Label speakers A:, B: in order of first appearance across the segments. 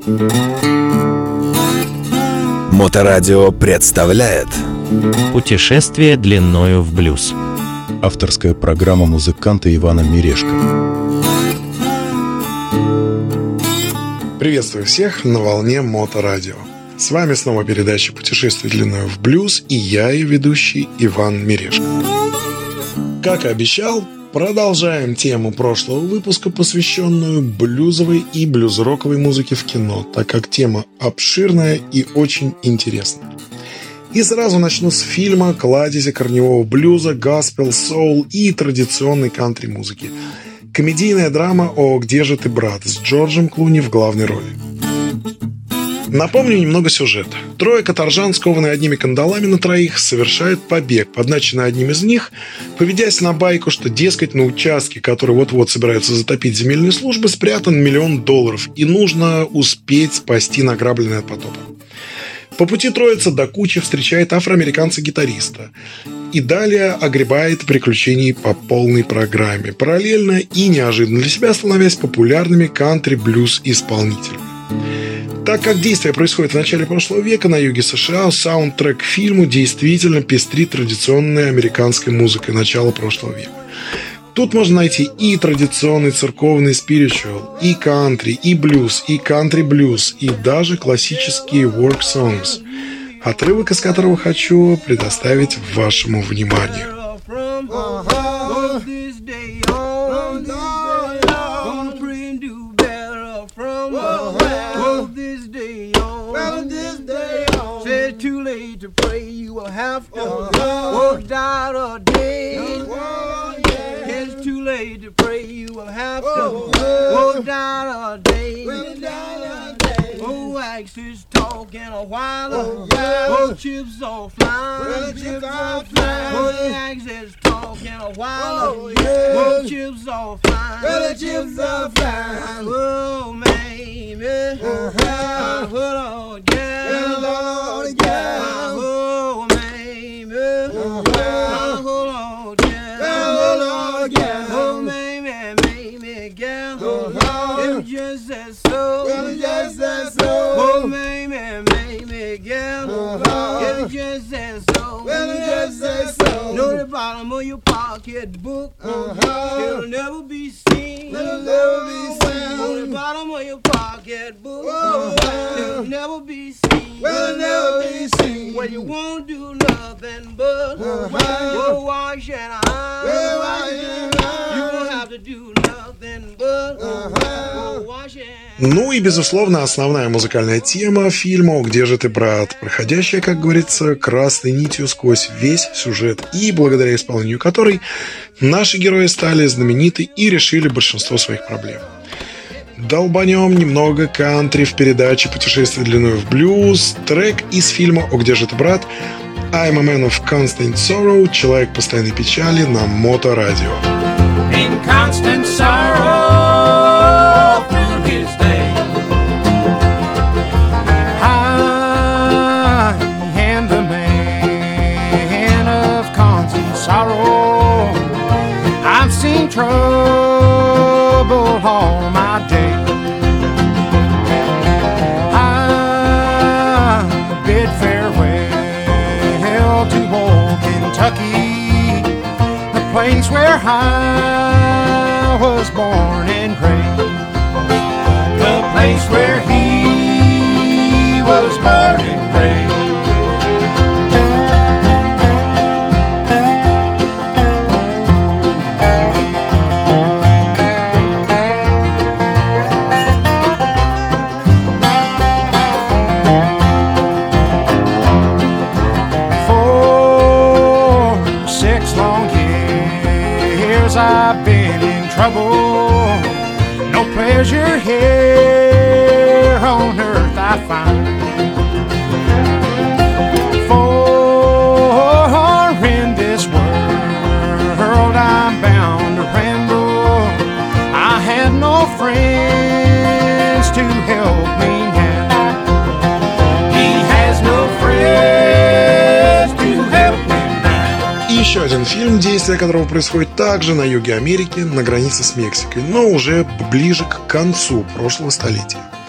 A: Моторадио представляет
B: «Путешествие длиною в блюз».
C: Авторская программа музыканта Ивана Мирешко.
D: Приветствую всех на волне Моторадио. С вами снова передача «Путешествие длиною в блюз» и я, ее ведущий Иван Мирешко. Как и обещал, продолжаем тему прошлого выпуска, посвященную блюзовой и блюз-роковой музыке в кино, так как тема обширная и очень интересная. И сразу начну с фильма «Кладези корневого блюза», «Госпел», «Соул» и традиционной кантри-музыки. Комедийная драма «О, где же ты, брат?» с Джорджем Клуни в главной роли. Напомню немного сюжета. Трое каторжан, скованные одними кандалами на троих, совершают побег, подначенный одним из них, поведясь на байку, что, дескать, на участке, который вот-вот собираются затопить земельные службы, спрятан $1 миллион, и нужно успеть спасти награбленное от потопа. По пути троица до кучи встречает афроамериканца-гитариста и далее огребает приключений по полной программе, параллельно и неожиданно для себя становясь популярными кантри-блюз-исполнителями. Так как действие происходит в начале прошлого века на юге США, саундтрек к фильму действительно пестрит традиционной американской музыкой начала прошлого века. Тут можно найти и традиционный церковный спиричуал, и кантри, и блюз, и кантри-блюз, и даже классические work-songs, отрывок из которого хочу предоставить вашему вниманию.
E: Too late to pray, you will have to go down a day. Oh, axes talking a while. Oh, chips all flying. Oh, the axes talking a while. Oh, chips all flying. Oh, baby. Hold on, girl. Oh, baby. Hold on, girl. Oh, maybe, girl. It just says so. Oh, maybe, girl. It just says so. Know the bottom of your pocketbook. It'll never be seen. Know the bottom of your pocketbook. It'll never be seen. Well, you won't do nothing but go wash and iron. You won't have to do nothing but go wash and iron.
D: Ну и, безусловно, основная музыкальная тема фильма «Где же ты, брат?», проходящая, как говорится, красной нитью сквозь весь сюжет, и благодаря исполнению которой наши герои стали знамениты и решили большинство своих проблем. Долбанем немного кантри в передаче «Путешествие длиною в блюз», трек из фильма «О, где же ты, брат?», «I'm a man of constant sorrow», «Человек постоянной печали» на Моторадио.
E: In constant sorrow through his day, I am the man of constant sorrow. I've seen trouble all my day. I bid farewell to old Kentucky, the place where I was born and raised, the place where he was born and raised. I've been in trouble. No pleasure here on earth I find. For in this world I'm bound to ramble. I had no friends to help me now. He has no friends to help me now.
D: И еще один фильм, действие которого происходит также на юге Америки, на границе с Мексикой, но уже ближе к концу прошлого столетия.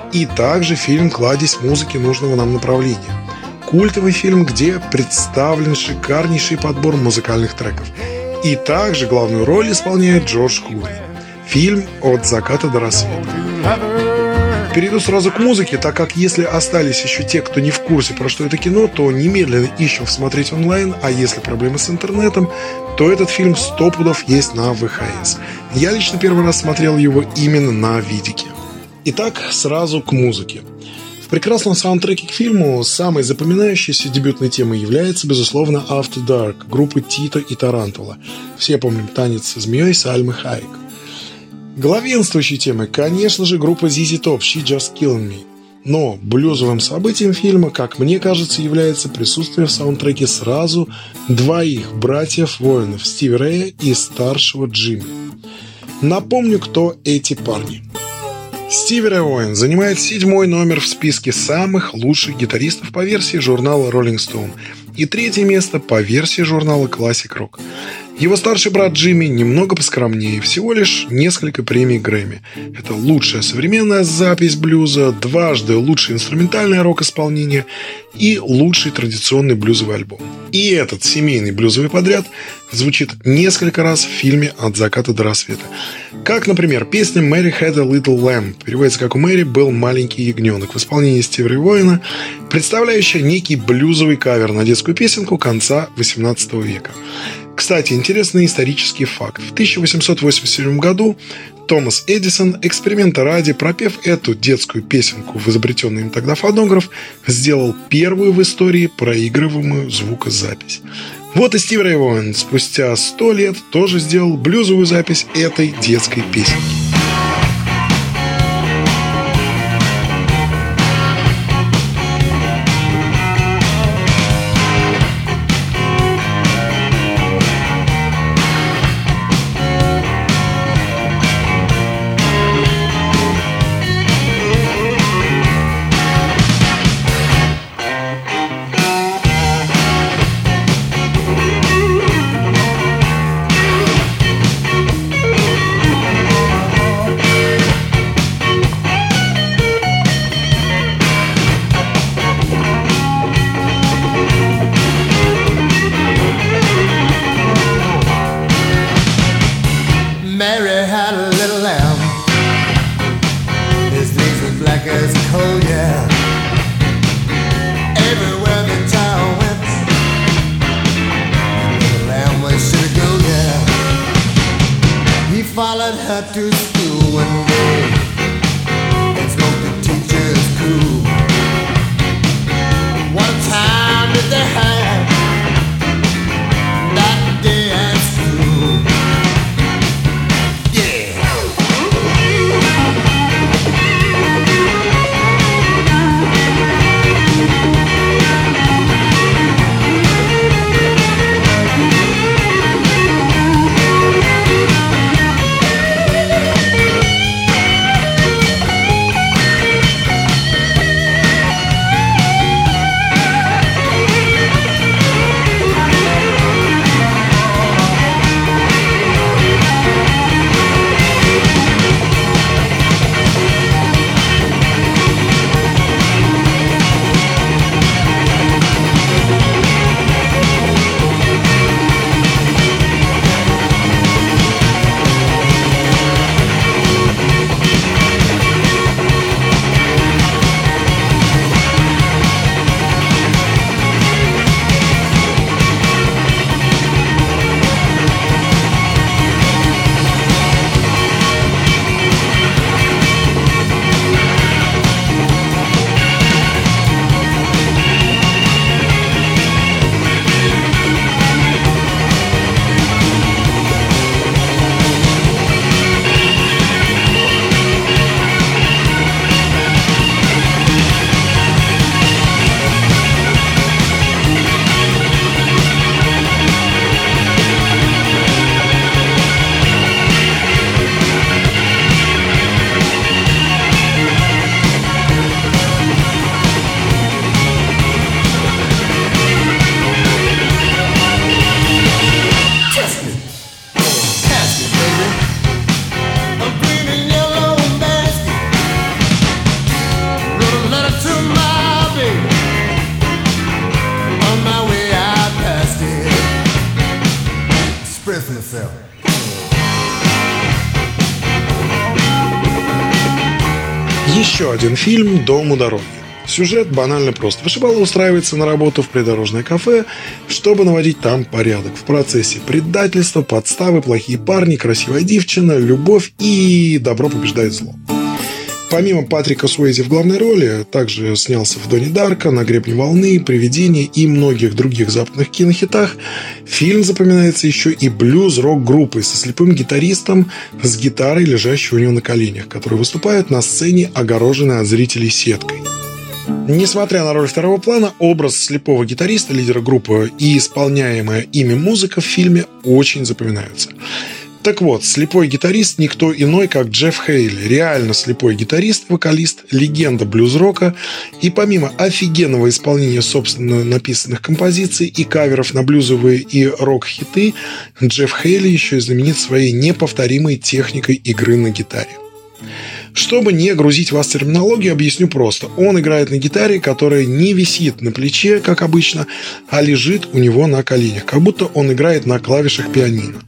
D: И также фильм «Кладезь музыки нужного нам направления». Культовый фильм, где представлен шикарнейший подбор музыкальных треков. И также главную роль исполняет Джордж Клуни. Фильм «От заката до рассвета». Перейду сразу к музыке, так как если остались еще те, кто не в курсе, про что это кино, то немедленно ищем смотреть онлайн, а если проблемы с интернетом, то этот фильм 100 пудов есть на ВХС. Я лично первый раз смотрел его именно на видике. Итак, сразу к музыке. В прекрасном саундтреке к фильму самой запоминающейся дебютной темой является, безусловно, After Dark группы Тита и Тарантула. Все помним танец со змеей Сальмы Хайек. Главенствующей темой, конечно же, группа ZZ Top «She Just Killing Me». Но блюзовым событием фильма, как мне кажется, является присутствие в саундтреке сразу двоих братьев-воинов Стиви Рэя и старшего Джимми. Напомню, кто эти парни. Стиви Рэй Оуэн занимает 7-й номер в списке самых лучших гитаристов по версии журнала Rolling Stone и 3-е место по версии журнала Classic Rock. Его старший брат Джимми немного поскромнее, всего лишь несколько премий Грэмми. Это лучшая современная запись блюза, дважды лучшее инструментальное рок-исполнение и лучший традиционный блюзовый альбом. И этот семейный блюзовый подряд звучит несколько раз в фильме «От заката до рассвета». Как, например, песня «Mary had a little lamb», переводится как «У Мэри был маленький ягненок» в исполнении Стиви Рэя Оуэна, представляющая некий блюзовый кавер на детскую песенку конца XVIII века. Кстати, интересный исторический факт. В 1887 году Томас Эдисон, эксперимента ради, пропев эту детскую песенку в изобретенный им тогда фонограф, сделал первую в истории проигрываемую звукозапись. Вот и Стиви Рэй Оуэн спустя 100 лет тоже сделал блюзовую запись этой детской песенки.
E: Mary had a little lamb. His legs were black as coal, yeah. Everywhere the child went, the little lamb was sure to go, yeah. He followed her to school one day and smoked the teacher's cool. What a time did they have that day at school? yourself.
D: Еще один фильм «Дом у дороги». Сюжет банально прост. Вышибала устраивается на работу в придорожное кафе, чтобы наводить там порядок. В процессе предательства, подставы, плохие парни, красивая девчина, любовь и добро побеждает зло. Помимо Патрика Суэйзи в главной роли, также снялся в «Донни Дарко», «На гребне волны», «Привидение» и многих других западных кинохитах, фильм запоминается еще и блюз-рок-группой со слепым гитаристом с гитарой, лежащей у него на коленях, который выступает на сцене, огороженной от зрителей сеткой. Несмотря на роль второго плана, образ слепого гитариста, лидера группы и исполняемая ими музыка в фильме очень запоминаются. Так вот, слепой гитарист никто иной, как Джефф Хейли. Реально слепой гитарист, вокалист, легенда блюз-рока. И помимо офигенного исполнения собственно написанных композиций и каверов на блюзовые и рок-хиты, Джефф Хейли еще и знаменит своей неповторимой техникой игры на гитаре. Чтобы не грузить вас терминологией, объясню просто. Он играет на гитаре, которая не висит на плече, как обычно, а лежит у него на коленях, как будто он играет на клавишах пианино.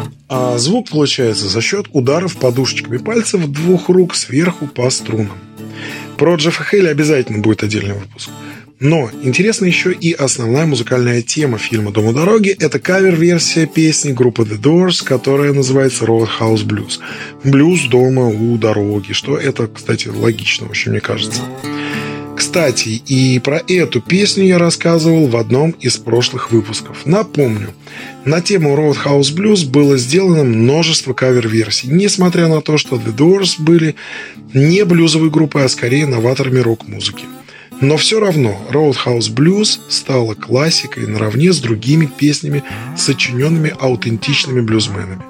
D: А звук получается за счет ударов подушечками пальцев двух рук сверху по струнам. Про Джеффа Хейли обязательно будет отдельный выпуск. Но интересна еще и основная музыкальная тема фильма «Дом у дороги». Это кавер-версия песни группы The Doors, которая называется Roadhouse Blues. Блюз дома у дороги, что это, кстати, логично, в общем, мне кажется. Кстати, и про эту песню я рассказывал в одном из прошлых выпусков. Напомню, на тему Roadhouse Blues было сделано множество кавер-версий, несмотря на то, что The Doors были не блюзовой группой, а скорее новаторами рок-музыки. Но все равно Roadhouse Blues стала классикой наравне с другими песнями, сочиненными аутентичными блюзменами.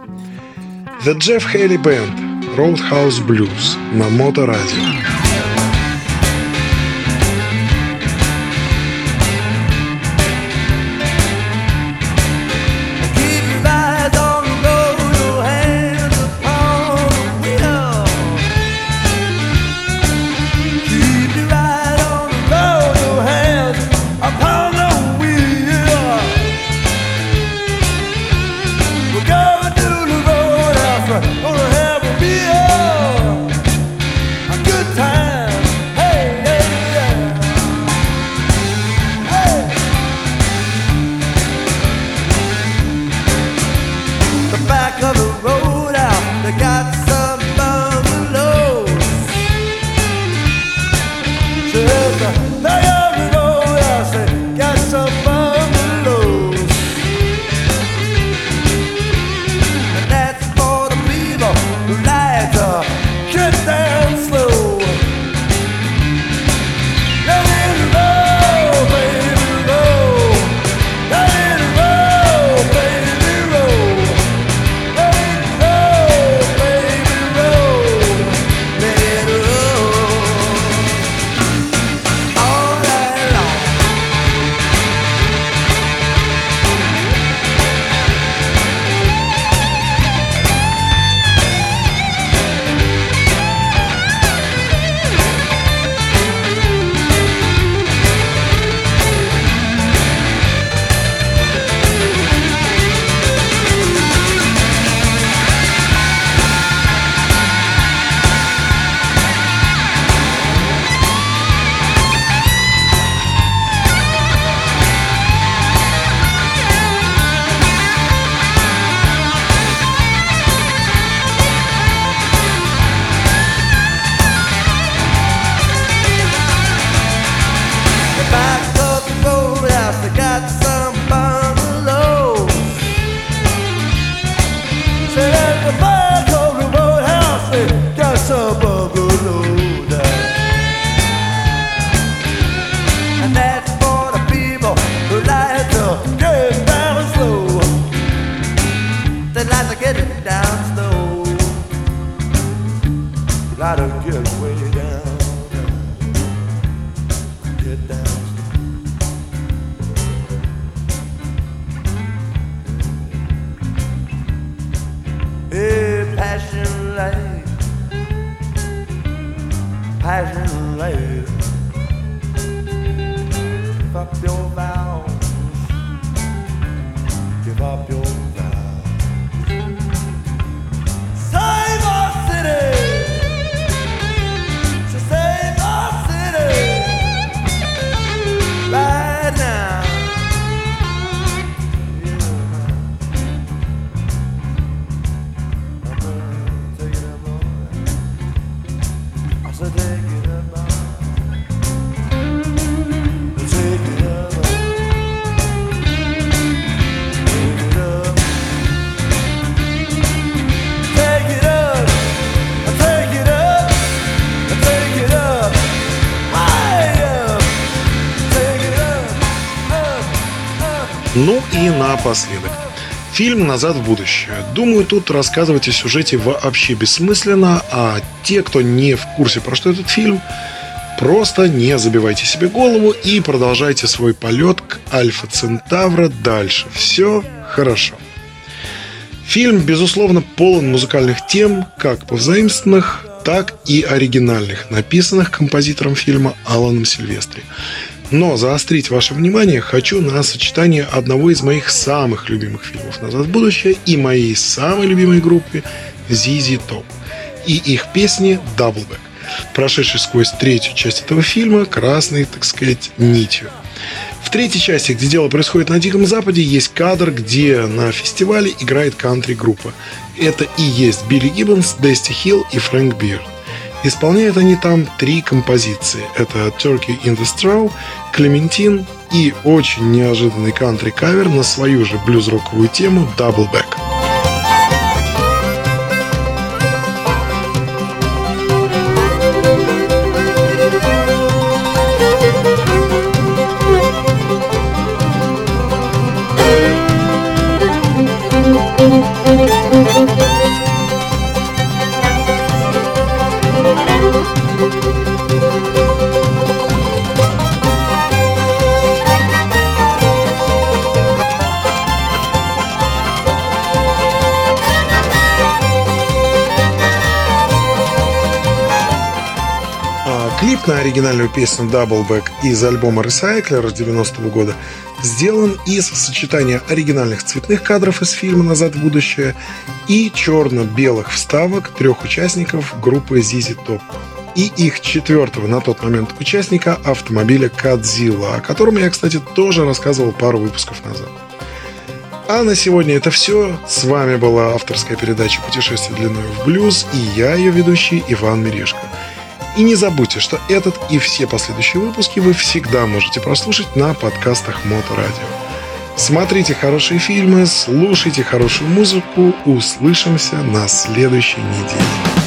D: The Jeff Haley Band, Roadhouse Blues на Моторадио.
E: Give up your vows.
D: Ну и напоследок. Фильм «Назад в будущее». Думаю, тут рассказывать о сюжете вообще бессмысленно, а те, кто не в курсе, про что этот фильм, просто не забивайте себе голову и продолжайте свой полет к Альфа Центавра дальше. Все хорошо. Фильм, безусловно, полон музыкальных тем, как повзаимствованных, так и оригинальных, написанных композитором фильма Аланом Сильвестри. Но заострить ваше внимание хочу на сочетании одного из моих самых любимых фильмов «Назад в будущее» и моей самой любимой группы ZZ Top и их песни «Doubleback», прошедшей сквозь третью часть этого фильма красной, так сказать, нитью. В третьей части, где дело происходит на Диком Западе, есть кадр, где на фестивале играет кантри-группа. Это и есть Билли Гиббонс, Дести Хилл и Фрэнк Бирд. Исполняют они там 3 композиции. Это Turkey in the Straw, Clementine и очень неожиданный кантри-кавер на свою же блюз-роковую тему Doubleback. Клип на оригинальную песню Doubleback из альбома Recycler 90-го года сделан из сочетания оригинальных цветных кадров из фильма «Назад в будущее» и черно-белых вставок 3 участников группы ZZ Top и их 4-го на тот момент участника автомобиля Godzilla, о котором я, кстати, тоже рассказывал пару выпусков назад. А на сегодня это все. С вами была авторская передача «Путешествие длиною в блюз» и я, ее ведущий, Иван Мирешко. И не забудьте, что этот и все последующие выпуски вы всегда можете прослушать на подкастах Моторадио. Смотрите хорошие фильмы, слушайте хорошую музыку. Услышимся на следующей неделе.